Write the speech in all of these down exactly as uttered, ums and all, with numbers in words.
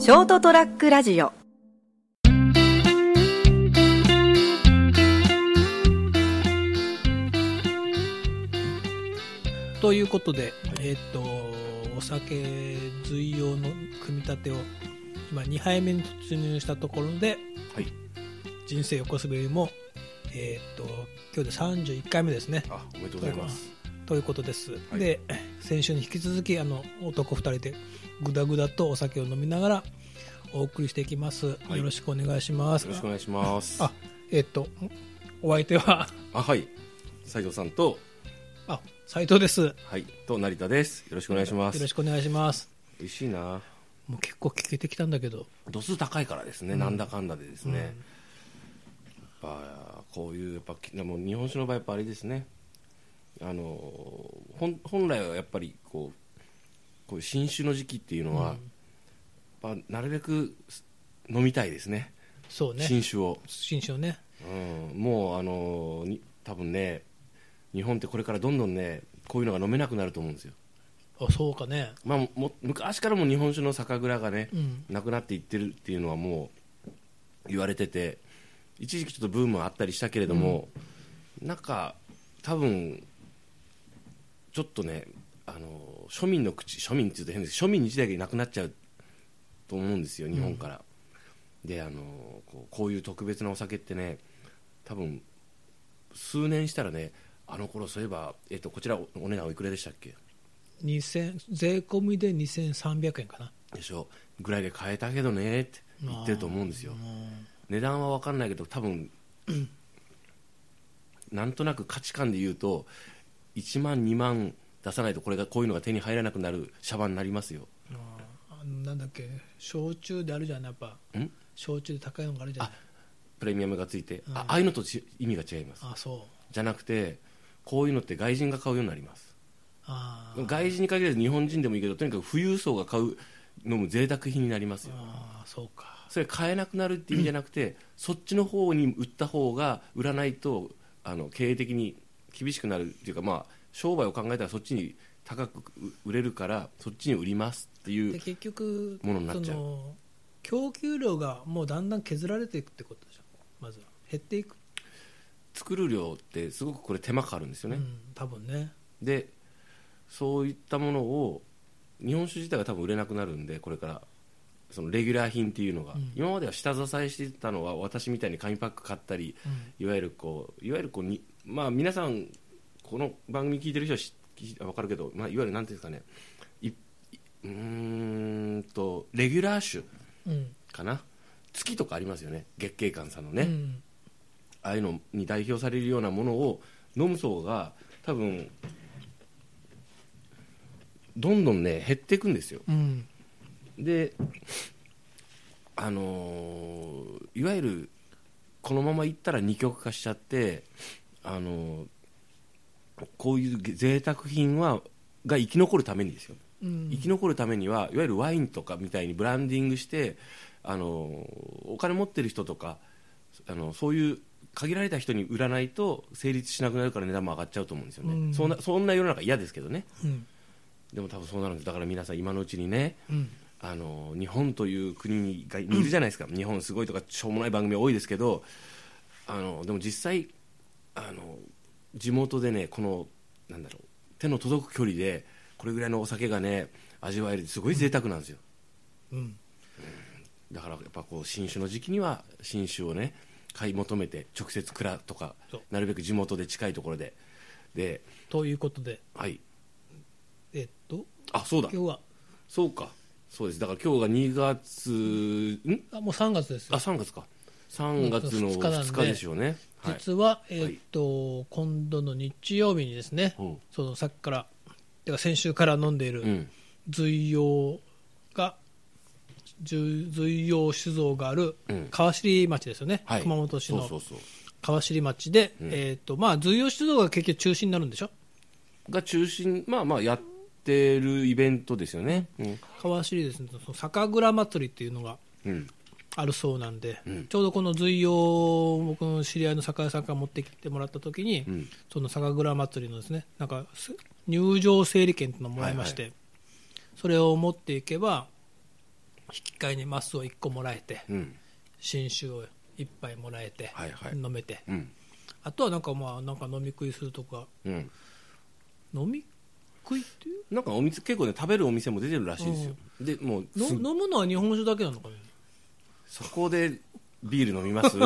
ショートトラックラジオ。 ということで、えー、とお酒随用の組み立てを今にはいめに突入したところで、はい、人生横滑りも、えー、と今日でさんじゅういっかいめですね。 あ、おめでとうございます。 ということです、はい、で先週に引き続きあの男ふたりでぐだぐだとお酒を飲みながらお送りしていきます、はい、よろしくお願いします。 よろしくお願いします。 あ、えっ、ー、とお相手はあ、はい斉藤さんとあ斉藤です。 はい、と成田です。よろしくお願いします。 よろしくお願いします。 美味しいな。 もう結構聞けてきたんだけど度数高いからですね、うん、なんだかんだでですね、うん、やっぱこういうやっぱもう日本酒の場合やっぱあれですね、あの 本, 本来はやっぱりこうこういう新酒の時期っていうのは、うん、やっぱなるべく飲みたいですね。 そうね、 新酒を新酒をね、 うん、もうあの多分ね日本ってこれからどんどんねこういうのが飲めなくなると思うんですよ。 あ、そうかね。 まあ、も昔からも日本酒の酒蔵がね、うん、なくなっていってるっていうのはもう言われてて、一時期ちょっとブームはあったりしたけれども、うん、なんか多分ちょっとねあの庶民の口、庶民って言うと変ですけど庶民自体がなくなっちゃうと思うんですよ日本から、うん、であのこう、こういう特別なお酒ってね多分数年したらね、あの頃そういえば、えっと、こちら お, お値段おいくらでしたっけ。 にせん税込みでにせんさんびゃくえんかなでしょぐらいで買えたけどねって言ってると思うんですよ。値段は分かんないけど多分、うん、なんとなく価値観で言うといちまんにまん出さないとこれがこういうのが手に入らなくなるシャバになりますよ。 ああ、なんだっけ焼酎であるじゃん、やっぱん焼酎で高いのがあるじゃん、あプレミアムがついて、うん、あ, ああいうのと意味が違います。 あそうじゃなくてこういうのって外人が買うようになります。あ外人に限らず日本人でもいいけどとにかく富裕層が買う飲む贅沢品になりますよ。 あそうか。 それ買えなくなるって意味じゃなくて、うん、そっちの方に売った方が売らないとあの経営的に厳しくなるっていうか、まあ、商売を考えたらそっちに高く売れるからそっちに売りますっていう結局ものになっちゃう。 その供給量がもうだんだん削られていくってことでしょ。まずは減っていく。 作る量ってすごくこれ手間かかるんですよね、 うん、多分ね。 でそういったものを日本酒自体が多分売れなくなるんでこれからそのレギュラー品っていうのが、うん、今までは下支えしてたのは私みたいに紙パック買ったり、うん、いわゆるこういわゆるこうにまあ皆さんこの番組聞いてる人は分かるけど、まあ、いわゆるなんていうんですかねいうーんとレギュラー酒かな、うん、月とかありますよね月桂冠さんのね、うん、ああいうのに代表されるようなものを飲む層が多分どんどんね減っていくんですよ、うん、であのー、いわゆるこのままいったら二極化しちゃって、あのー、こういう贅沢品はが生き残るためにですよ、うん、生き残るためにはいわゆるワインとかみたいにブランディングして、あのー、お金持ってる人とかあのそういう限られた人に売らないと成立しなくなるから値段も上がっちゃうと思うんですよね、うん、そんな、そんな世の中嫌ですけどね、うんでも多分そうなるんです。だから皆さん今のうちにね、うん、あの日本という国がいるじゃないですか、うん、日本すごいとかしょうもない番組多いですけど、あのでも実際あの地元でねこのなんだろう手の届く距離でこれぐらいのお酒がね味わえるすごい贅沢なんですよ、うんうん、だからやっぱこう新酒の時期には新酒をね買い求めて直接蔵とかなるべく地元で近いところででということではいえっと、 あそうだ今日はそうかそうですだから今日がにがつんあもうさんがつですよ。 あさんがつかさんがつのふつかですよね。 実は、はい、えっと、はい、今度の日曜日にですね、うん、そのさっきからてか先週から飲んでいる随陽が、うん、随陽酒造がある川尻町ですよね、はい、熊本市の川尻町で、うんえっとまあ、随陽酒造が結局中心になるんでしょが中心まあまあやってるイベントですよね、うん、 川尻ですね、その酒蔵祭りっていうのがあるそうなんで、うん、ちょうどこの随陽を僕の知り合いの酒屋さんから持ってきてもらった時に、うん、その酒蔵祭りのですねなんか入場整理券っていうのをもらいまして、はいはい、それを持っていけば引き換えにマスをいっこもらえて、 うん、 新酒をいっぱいもらえて、 はいはい、 飲めて、 うん、 あとはなんかまあなんか飲み食いするとか、 うん、 飲み食いっていうなんかお店結構ね食べるお店も出てるらしいですよ、うん、でもうの飲むのは日本酒だけなのかね。 そこでビール飲みます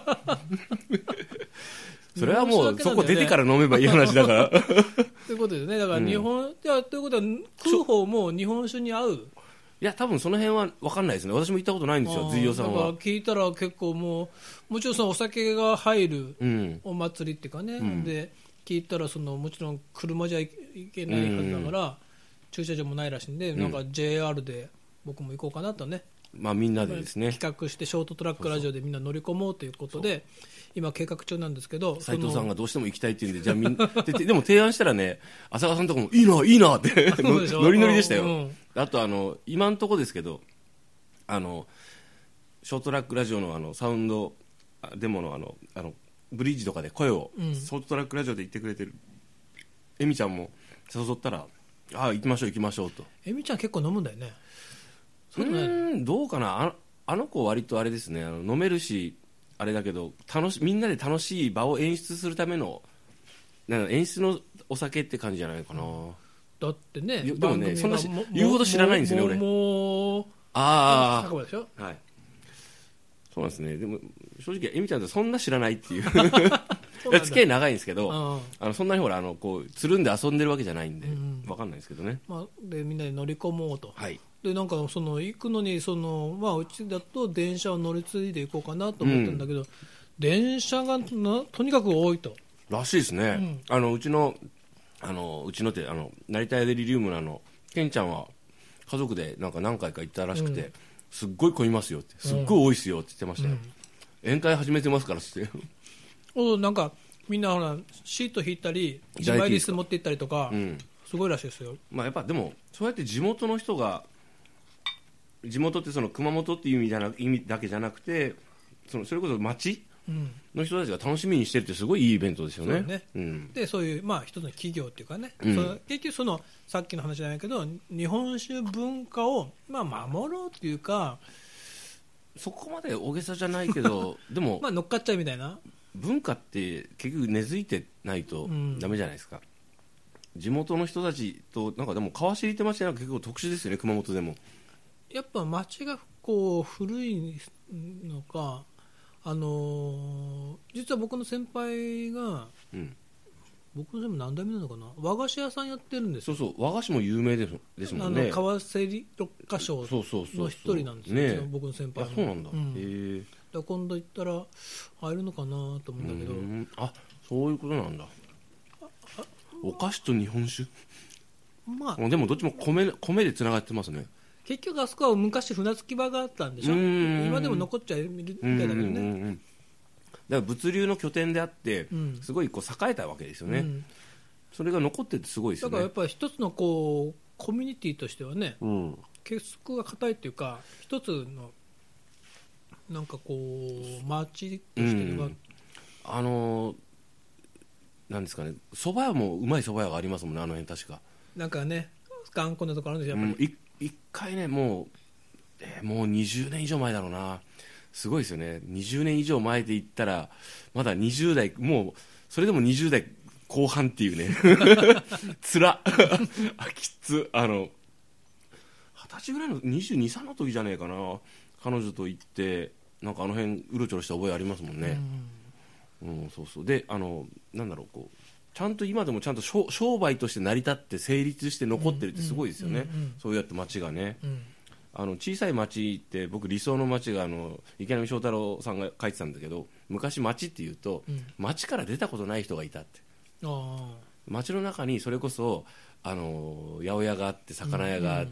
それはもう、ね、そこ出てから飲めばいい話だからということですね。だから日本、うん、いやということは食う方も日本酒に合う。 いや多分その辺は分かんないですね。私も行ったことないんですよ、随陽さんは。だから聞いたら結構もうもちろんそのお酒が入るお祭りっていうかね、うん、で聞いたらそのもちろん車じゃいけないはずだから、うん、駐車場もないらしいんで、うん、なんか ジェイアール で僕も行こうかなとね、 まあ、みんなでですね企画してショートトラックラジオでみんな乗り込もうということで今計画中なんですけど、 斉藤さんがどうしても行きたいっていうんでじゃあみんなで, でも提案したらね浅川さんとかもいいないいなってノリノリでしたよ、うん、あとあの今のところですけどあのショートトラックラジオ の, あのサウンドデモ の, あのあのブリッジとかで声を、うん、ショートトラックラジオで言ってくれてるエミちゃんも誘ったらああ行きましょう行きましょうと。 エミちゃん結構飲むんだよね。 うーんどうかな あ, あの子割とあれですね、あの飲めるしあれだけど楽しみんなで楽しい場を演出するためのなんか演出のお酒って感じじゃないかな、うん、 だってねでもねそんな言うほど知らないんですよね俺。 もうああでしょ、 はい、そうなんですね。でも正直エミちゃんってそんな知らないっていう付き合い長いんですけど、あのそんなにほらあのこうつるんで遊んでるわけじゃないんで、うん、分かんないですけどね、 まあ、でみんなで乗り込もうと、 はい、 でなんかその行くのにその、まあ、うちだと電車を乗り継いで行こうかなと思ったんだけど、うん、電車がなとにかく多いとらしいですね、うん、あのうちのあのうちのってあの成田エデリリウムのあのケンちゃんは家族でなんか何回か行ったらしくて、うん、すっごい混みますよってすっごい多いっすよって言ってましたよ、うん、宴会始めてますからっておなんかみんなほらシート引いたり自前で椅子持って行ったりとか、うん、すごいらしいですよ。 まあ、やっぱでもそうやって地元の人が地元ってその熊本っていう意味じゃな意味だけじゃなくて そのそれこそ町の人たちが楽しみにしてるってすごいいいイベントですよね。 そうね、うん、でそういう、まあ、一つの企業っていうかね、うん、そ結局そのさっきの話じゃないけど日本酒文化を、まあ、守ろうっていうかそこまで大げさじゃないけどでも、 まあ、乗っかっちゃうみたいな文化って結局根付いてないとダメじゃないですか、うん、地元の人たちとなんかでも川尻って町なんか結構特殊ですよね。熊本でもやっぱ町がこう古いのか、あのー、実は僕の先輩が、うん、僕の先輩何代目なのかな、和菓子屋さんやってるんですよ。 そうそう和菓子も有名です、ですもんね。 あの川芹六花賞の一人なんですよ、ね、僕の先輩も。 そうなんだ、うん、へえ。 だ今度行ったら会えるのかなと思うんだけど。 うんあそういうことなんだ。お菓子と日本酒、まあ、でもどっちも 米, 米でつながってますね。 結局あそこは昔船着き場があったんでしょ。今でも残っちゃうみたいだけどね。うんうんうん、だから物流の拠点であって、うん、すごいこう栄えたわけですよね、うん、それが残っててすごいですよね。 だからやっぱり一つのこうコミュニティとしてはね、うん、結束が固いっていうか一つのなんかこう街としては、うん、 あのー、なんですかね、蕎麦屋もうまい蕎麦屋がありますもんね、あの辺確か。 なんかね頑固なところあるんですよやっぱり、 うん、一回ねもう、えー、もうにじゅうねん以上前だろうな。すごいですよね。にじゅうねん以上前で言ったらまだにじゅう代、もうそれでもにじゅう代後半っていうねつらきつあのはたちぐらいのにじゅうに、さんの時じゃねえかな、彼女と行ってなんかあの辺うろちょろした覚えありますもんね。うん、うん、そうそう。であのなんだろうこうちゃんと今でもちゃんと商売として成り立って成立して残ってるってすごいですよね、うんうんうんうん、そうやって町がね、うん、あの小さい町って僕理想の町があの池波正太郎さんが書いてたんだけど、昔町っていうと、うん、町から出たことない人がいたって。あ町の中にそれこそあの八百屋があって魚屋があって、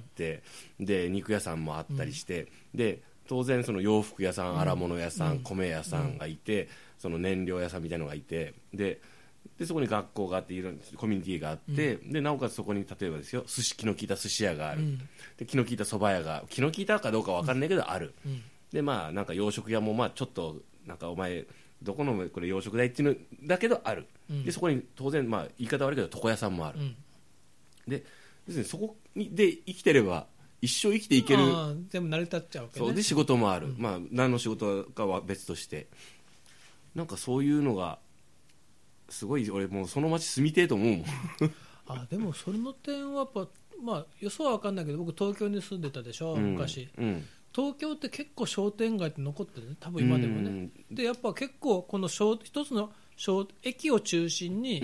うんうん、で肉屋さんもあったりして、うん、で当然その洋服屋さん、荒物屋さん、うん、米屋さんがいて、うん、その燃料屋さんみたいなのがいて、ででそこに学校があっていろんなコミュニティがあって、うん、でなおかつそこに例えばですよ寿司気の利いた寿司屋がある、うん、で気の利いた蕎麦屋が気の利いたかどうか分かんないけどある、うん、でまあなんか洋食屋もまあちょっとなんかお前どこのこれ洋食代っていうのだけどある、うん、でそこに当然まあ言い方悪いけど床屋さんもある、うん、で要するにそこにで生きてれば一生生きていける、 全部成り立っちゃうわけね。 そうで仕事もある、うん、まあ何の仕事かは別として、なんかそういうのがすごい、俺もうその町住みてえと思うもんあでもそれの点はやっぱ、まあ、よそは分かんないけど僕東京に住んでたでしょ、うん、昔、うん、東京って結構商店街って残ってるね、多分今でもね、うん、でやっぱ結構この一つの駅を中心に、うん、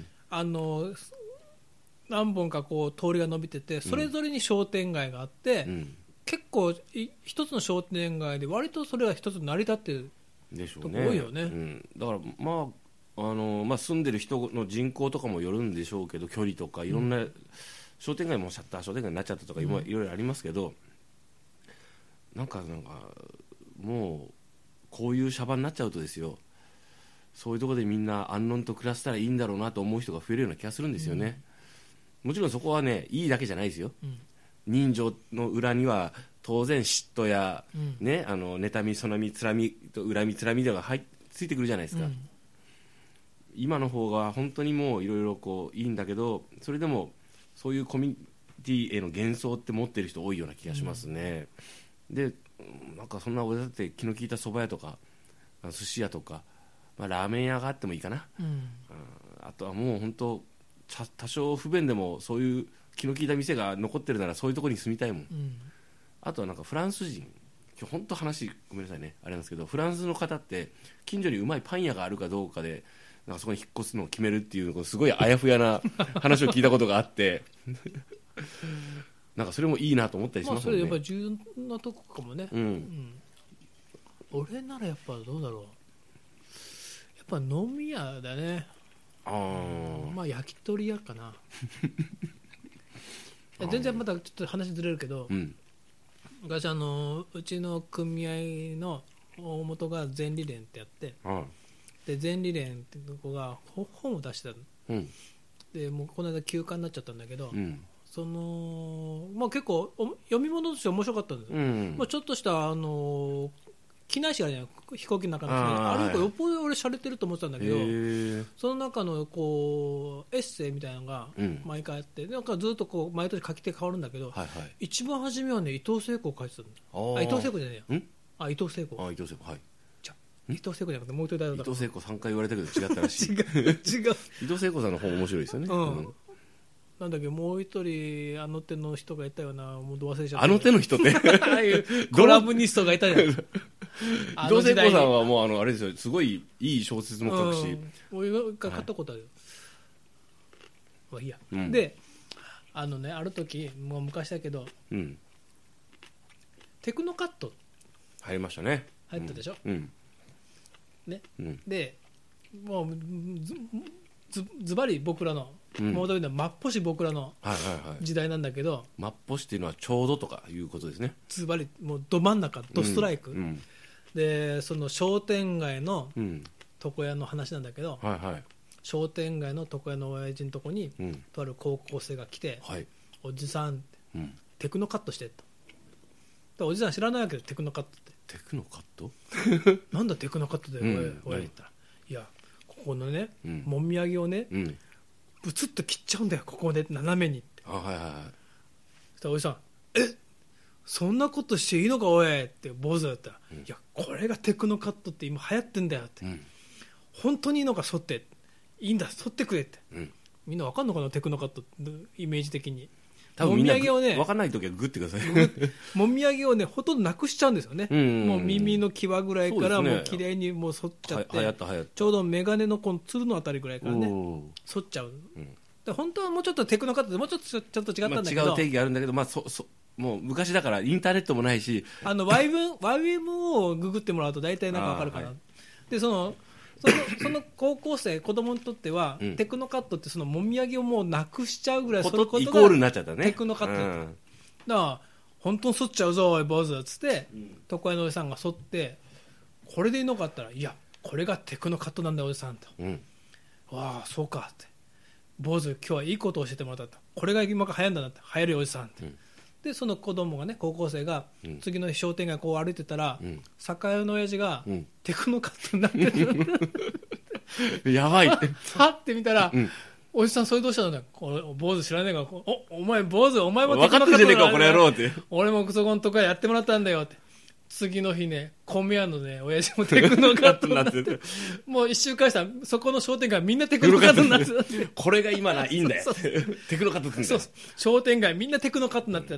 あの何本かこう通りが伸びててそれぞれに商店街があって、うん、結構一つの商店街で割とそれが一つ成り立ってるとこ多いよね、うん、 だからまああのまあ、住んでる人の人口とかもよるんでしょうけど、距離とかいろんな、うん、商店街もシャッター商店街になっちゃったとかいろいろありますけど、なんかなんかもうこういうシャバになっちゃうとですよ、そういうところでみんな安穏と暮らせたらいいんだろうなと思う人が増えるような気がするんですよね、うん、もちろんそこはねいいだけじゃないですよ、うん、人情の裏には当然嫉妬や、うんね、あの妬みそなみつらみと恨みつらみが入っついてくるじゃないですか、うん、今の方が本当にもういろいろこういいんだけど、それでもそういうコミュニティへの幻想って持ってる人多いような気がしますね、うん、でなんかそんな俺だって気の利いた蕎麦屋とか寿司屋とか、まあ、ラーメン屋があってもいいかな、うん、あとはもう本当多少不便でもそういう気の利いた店が残ってるならそういうところに住みたいもん、うん、あとはなんかフランス人、今日本当話ごめんなさいねあれなんですけど、フランスの方って近所にうまいパン屋があるかどうかでなんかそこに引っ越すのを決めるっていうすごいあやふやな話を聞いたことがあってなんかそれもいいなと思ったりしますもんね、 まあ、それやっぱり重要なとこかもね、うんうん、俺ならやっぱどうだろう、やっぱ飲み屋だね、あ、うん、まあ焼き鳥屋かな全然またちょっと話ずれるけど、うん、昔あのうちの組合の大元が全理連ってやって、うん、で全理連ってとこが本を出してたの、うん、でもうこの間休刊になっちゃったんだけど、うん、そのまあ、結構読み物として面白かったんですよ、うんまあ、ちょっとしたあの機内誌がね飛行機の中の機内誌 あ, あれよっぽど俺洒落てると思ってたんだけど、その中のこうエッセイみたいなのが毎回あって、うん、なんかずっとこう毎年書き手変わるんだけど、はいはい、一番初めはね伊藤聖子を書いてたんだ。あ伊藤聖子じゃねえよ、あ伊藤聖子、あ伊藤聖子、はい、伊藤聖子じゃなくてもう一人誰だったか、 伊藤聖子さんかい言われたけど違ったらしい違う違う伊藤聖子さんの本面白いですよね、うんうん、 なんだっけもう一人あの手の人がいたような、もうど忘れちゃった。 あの手の人ってああいうコラムニストがいたじゃん伊藤聖子さんはもうあのあれですよ、すごいいい小説も書くし、うん、 俺が買ったことあるよ、はい、まあいいや、うん、であのねある時もう昔だけど、うん、テクノカット入りましたね、 入ったでしょ、うんうんねうん、でもう ず, ず, ずばり僕らの、うん、もうどういうのまっぽし僕らの時代なんだけど、はいはいはい、 まっぽしっていうのはちょうどとかいうことですね。 ずばりもうど真ん中ドストライク、うんうん、でその商店街の床屋の話なんだけど、うんはいはい、商店街の床屋の親父のとこに、うん、とある高校生が来て、はい、おじさん、うん、テクノカットしてと、おじさん知らないわけどテクノカットってテクノカットなんだテクノカットで、うん、親言ったら、いやここのね、うん、もみあげをね、うん、ブツッと切っちゃうんだよここで斜めにって、あ、はいはいはい、そしたらおじさんえそんなことしていいのかおいって坊主だったら、うん、いやこれがテクノカットって今流行ってんだよって、うん、本当にいいのか剃っていいんだ剃ってくれって、うん、みんなわかんのかなテクノカットイメージ的に。 多分みんな分かんないときはグッてくださいもみあげをねほとんどなくしちゃうんですよね、うんうんうん、もう耳の際ぐらいからもう綺麗にもう剃っちゃって、はやったはやったちょうどメガネのこのつるのあたりぐらいからね剃っちゃう、うん、で本当はもうちょっとテクノカットでもうちょっとちょっと違ったんだけど、まあ、 違う定義あるんだけど、まあ、そそもう昔だからインターネットもないしあの ワイエムオー をググってもらうと大体なんか分かるから、はい、でそのその, その高校生子供にとっては、うん、テクノカットってそのもみあげをもうなくしちゃうぐらいそのことがイコールになっちゃったねテクノカットだった、うん、だから本当に剃っちゃうぞおい坊主っつって、うん、床屋のおじさんが剃ってこれでいいのかって言ったらいやこれがテクノカットなんだよおじさんと、うん、わあそうかって坊主今日はいいことを教えてもらったとこれが今が流行るんだなって流行るよおじさんって、うん、でその子供がね高校生が、うん、次の商店街こう歩いてたら、うん、酒屋の親父が、うん、テクノカットになってるやばいってはって見たら、うん、 おじさんそれどうしたんだよ、坊主知らねえか、おお前坊主お前も分かってんじゃねえかこの野郎って、 俺もそこのとこやってもらったんだよって。次の日ね、米屋のね、親父もテクノカットになってて、もう一週間したら、そこの商店街みんなテクノカットになってた。 これが今ないいんだよ。テクノカットってんだよ。そう、 商店街みんなテクノカットになってた。うん、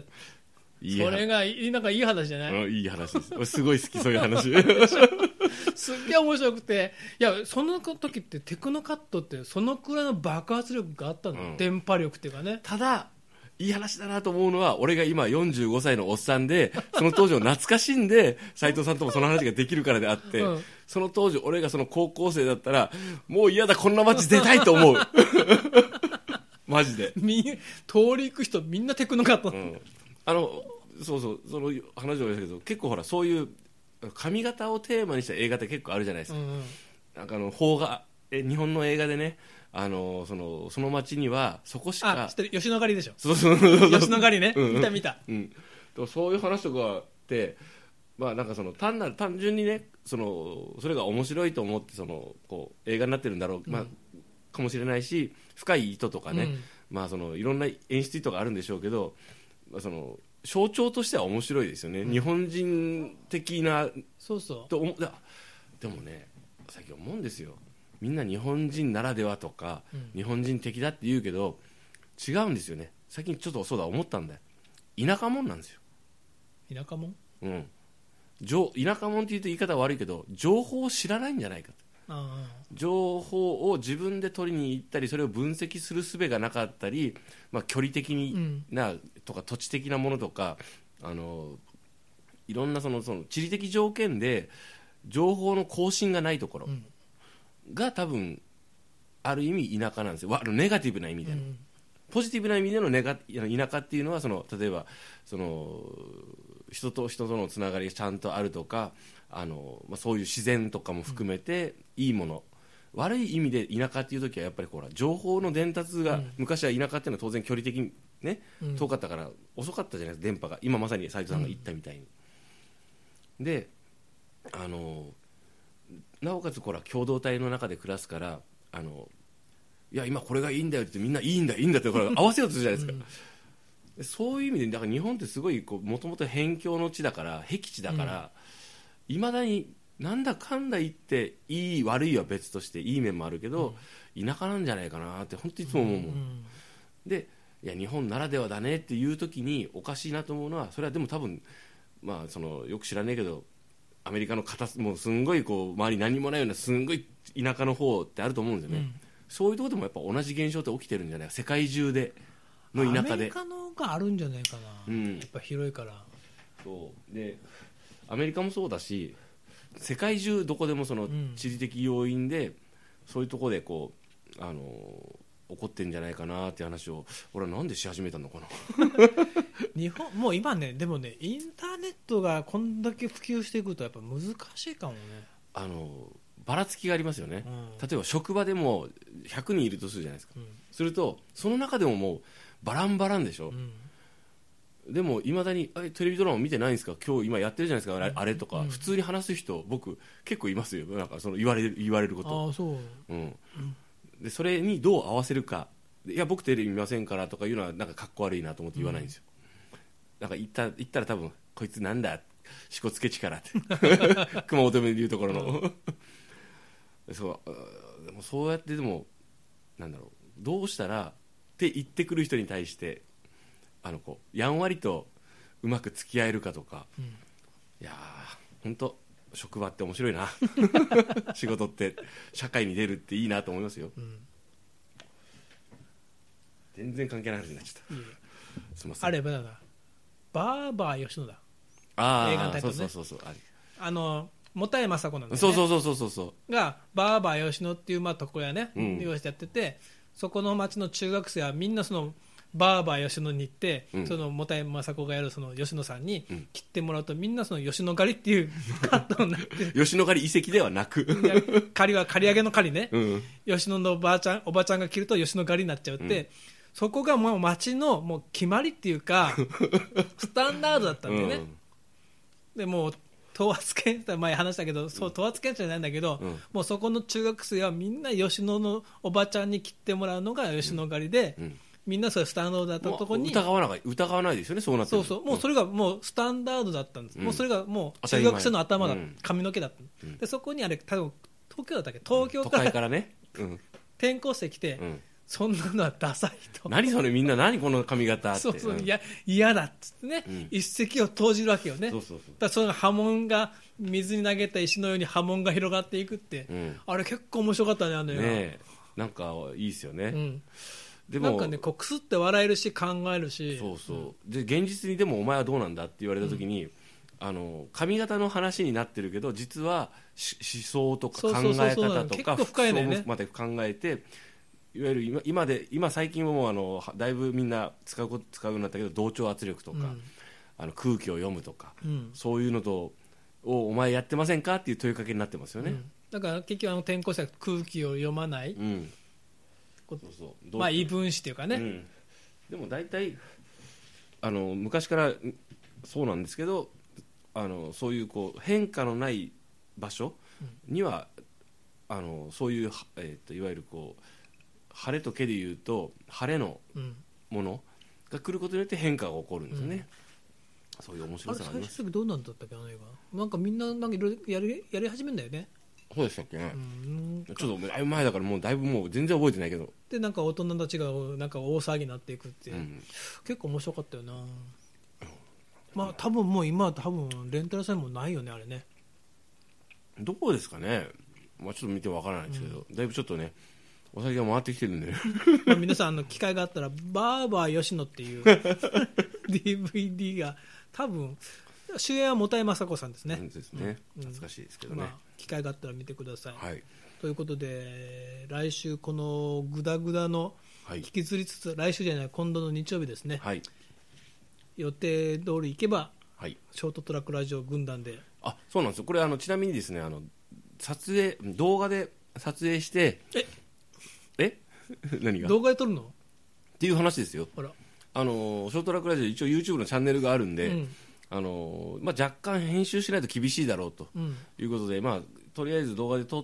それがなんかいい話じゃない？ うん、いい話です。俺すごい好きそういう話。 すっげえ面白くて、いやその時ってテクノカットってそのくらいの爆発力があったの、うん、電波力っていうかね。 ただいい話だなと思うのは、俺が今よんじゅうごさいのおっさんで、その当時を懐かしんで斉藤さんともその話ができるからであって、うん、その当時俺がその高校生だったらもう嫌だこんな街出たいと思う。マジでみ通り行く人みんなテクノカット、うん、 あのそうそうその話をしたけど、結構ほらそういう髪型をテーマにした映画って結構あるじゃないですか、うんうん、なんかあの邦画え日本の映画でね、あのそのその街にはそこしか、 あ知ってる、吉野ヶ里でしょ。 そうそうそう吉野ヶ里ね、うんうん、見た見た、 うん、そういう話とかってまあなんかその単なる単純にね、そのそれが面白いと思ってそのこう映画になってるんだろう、まあ、かもしれないし、深い意図とかね、うん、まあそのいろんな演出意図があるんでしょうけど、まあ、その象徴としては面白いですよね、うん、日本人的な。 そうそうと思ででもね、最近思うんですよ、みんな日本人ならではとか、うん、日本人的だって言うけど違うんですよね。最近ちょっとそうだ思ったんだよ、田舎者なんですよ。 田舎者、 うん、田舎者って言うと言い方は悪いけど情報を知らないんじゃないかと。ああ、情報を自分で取りに行ったり、それを分析する術がなかったり、まあ、距離的な、うん、とか土地的なものとか、あのいろんなその、その地理的条件で情報の更新がないところが多分ある意味田舎なんですよ。ネガティブな意味での、うん、ポジティブな意味でのネガ田舎っていうのはその例えばその人と人とのつながりがちゃんとあるとか、あの、まあ、そういう自然とかも含めていいもの、うん、悪い意味で田舎っていう時はやっぱりほら情報の伝達が、うん、昔は田舎っていうのは当然距離的に、ね、うん、遠かったから遅かったじゃないですか、電波が。今まさに斉藤さんが言ったみたいに、うん、であのなおかつこれは共同体の中で暮らすから、あのいや今これがいいんだよって言ってみんないいんだいいんだってこれ合わせようとするじゃないですか、うん、そういう意味でだから日本ってすごいもともと辺境の地だから僻地だからいま、うん、だになんだかんだ言っていい悪いは別としていい面もあるけど、うん、田舎なんじゃないかなって本当にいつも思うもん、うん、でいや日本ならではだねっていう時におかしいなと思うのは、それはでも多分、まあ、そのよく知らねえけどアメリカの片もうすんごいこう周り何もないようなすんごい田舎の方ってあると思うんですよね、うん、そういうところでもやっぱ同じ現象って起きてるんじゃないか、世界中での田舎で。アメリカのがあるんじゃないかな、うん、やっぱ広いから。 そうでアメリカもそうだし世界中どこでもその地理的要因で、うん、そういうところでこうあの起こってるんじゃないかなっていう話を俺はなんでし始めたのかな。 日本もう今ね、でもねインターネットがこんだけ普及していくとやっぱ難しいかもね。あのばらつきがありますよね、うん、例えば職場でもひゃくにんいるとするじゃないですか、うん、するとその中でももうバランバランでしょ、うん、でもいまだにテレビドラマ見てないんですか今日今やってるじゃないですか、あれ、あれとか、うん、普通に話す人僕結構いますよ、なんかその言われる言われること。 あそう、 うんでそれにどう合わせるか、いや僕テレビ見ませんからとかいうのはなんかかっこ悪いなと思って言わないんですよ、うん、なんか言った言ったら多分こいつなんだしこつけ力って熊本弁で言うところのそうでもそうやってでもなんだろうどうしたらって言ってくる人に対してあのこうやんわりとうまく付き合えるかとか、うん、いやー本当職場って面白いな仕事って社会に出るっていいなと思いますよ、うん、全然関係ない話になっちゃった、うん、すみません。 あればだバーバー吉野だ、 あ映画のタイトルね、そうそうそうそう、あれあのもたいまさこなんだよね、 そうそうそうそうそうがバーバー吉野っていうまあ床屋ね、うん、利用してやってて、そこの町の中学生はみんなそのバーバー吉野に行って、うん、そのもたいまさこがやるその吉野さんに切ってもらうと、うん、みんなその吉野狩りっていうカットになって吉野狩り遺跡ではなくいや狩りは刈り上げの狩りね、うん、吉野のおばあちゃんおばちゃんが切ると吉野狩りになっちゃうって、うん、そこがもう町のもう決まりっていうかスタンダードだったんでね、うん、でもう等圧検査前話したけど、そう等圧検査じゃないんだけど、うん、もうそこの中学生はみんな吉野のおばちゃんに切ってもらうのが吉野狩りで、うんうん、みんなそれスタンダードだったところに、 疑わない疑わないですよね、そうなってる。 そうそう、もうそれがもうスタンダードだったんです、うん、もうそれがもう中学生の頭だった、うん、髪の毛だった、うん、でそこにあれ多分東京だったっけ、東京から、 都会からね、うん、 転校してきて、うん、そんなのはダサいと、 何それみんな何この髪型って、 そうそう、いや嫌だっつってね、うん、一石を投じるわけよね。そうそうそう、だからその波紋が水に投げた石のように波紋が広がっていくって、うん、あれ結構面白かったね、あの映画ね。なんかいいですよね、うん、でもなんかね、こうくすって笑えるし考えるし、 そうそう、うん、で現実にでもお前はどうなんだって言われた時に、うん、あの髪型の話になってるけど実は思想とか考え方とか服装もまで考えて、いわゆる 今, 今で今最近はもうあのだいぶみんな使う使うようになったけど、同調圧力とか、うん、あの空気を読むとか、うん、そういうのとをお前やってませんかっていう問いかけになってますよね、うん、 だから結局あの転校生は空気を読まない、うん、そうそうまあ異分子というかね、うん、 でも大体あの昔からそうなんですけど、あのそういうこう変化のない場所には、うん、あのそういう、えー、といわゆるこう晴れと毛でいうと晴れのものが来ることによって変化が起こるんですよね、うん、そういう面白さがあります。 あれ最初どうなんだったっけ、あの映画なんかみんななんかいろいろやり、やり始めるんだよね。 そうでしたっけね、うん、ちょっとだいぶ前だからもうだいぶもう全然覚えてないけど、 でなんか大人たちがなんか大騒ぎになっていくって、うん、結構面白かったよな、うん、まあ多分もう今は多分レンタルさえもないよねあれね。 どこですかね、まあ、ちょっと見てわからないですけど、うん、だいぶちょっとねお酒が回ってきてるんでまあ皆さんあの機会があったらバーバー吉野っていう ディーブイディー が多分主演は本山雅子さんですね。 ですね、うん、懐かしいですけどね、まあ、 機会があったら見てください、 はい、 ということで来週このグダグダの引きずりつつ、はい、来週じゃない今度の日曜日ですね、はい、予定通り行けば、はい、ショートトラックラジオ軍団で、 あ、そうなんですよ。これあのちなみにですね、あの撮影動画で撮影してええ何が動画で撮るのっていう話ですよ。あら、あのショートトラックラジオ一応 YouTube のチャンネルがあるんで、うん、あのまあ、若干編集しないと厳しいだろうということで、うん、まあ、とりあえず動画で撮って、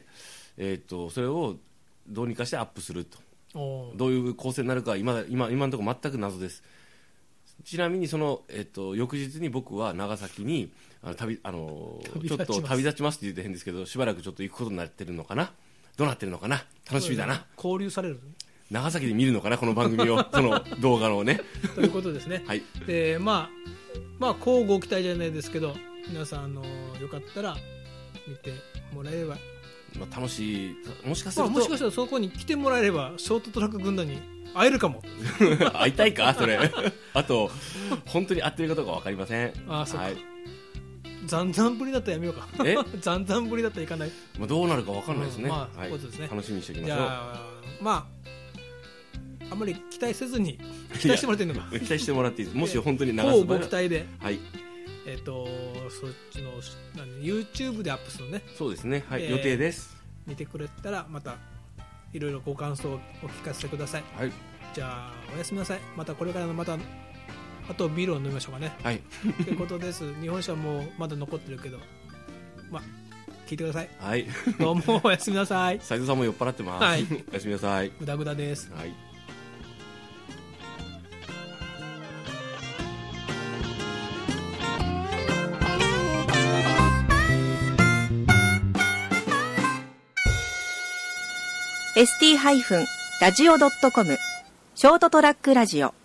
えー、とそれをどうにかしてアップすると、どういう構成になるか 今, 今, 今のところ全く謎です。ちなみにその、えー、と翌日に僕は長崎にあの旅あのちょっと旅立ちますって言って変ですけど、しばらくちょっと行くことになってるのかな、どうなってるのかな、楽しみだな。 交流される長崎で見るのかなこの番組をその動画のねということですね、はい、でまあまあこうご期待じゃないですけど、皆さんあのよかったら見てもらえれば、 まあ、楽しい、もしかすると、 まあ、もしかしたらそこに来てもらえればショートトラック軍団に会えるかも会いたいかそれあと本当に会ってるかどうか分かりません。 ああ、そうか、はい、ざんざんぶりだったらやめようかえざんざんぶりだったらいかない、 まあ、どうなるか分かんないですね、うん、まあ、はい、そうですね、 楽しみにしておきましょう。 じゃあまああんまり期待せずに期待してもらっていいのか期待してもらっていいです。もし本当に流す場合はご期待で、 はい、 えー、とそっちの YouTube でアップするのね。 そうですね、はい、えー、予定です。 見てくれたらまたいろいろご感想をお聞かせください、はい、じゃあおやすみなさい。またこれからのまたあとビールを飲みましょうかね、はい、ということです。日本酒はもうまだ残ってるけど、まあ聞いてください、はい、どうもおやすみなさい。 斉藤さんも酔っ払ってます、はい、おやすみなさい。 グダグダです、 はい。 エスティー ラジオ ドットコム ショートトラックラジオ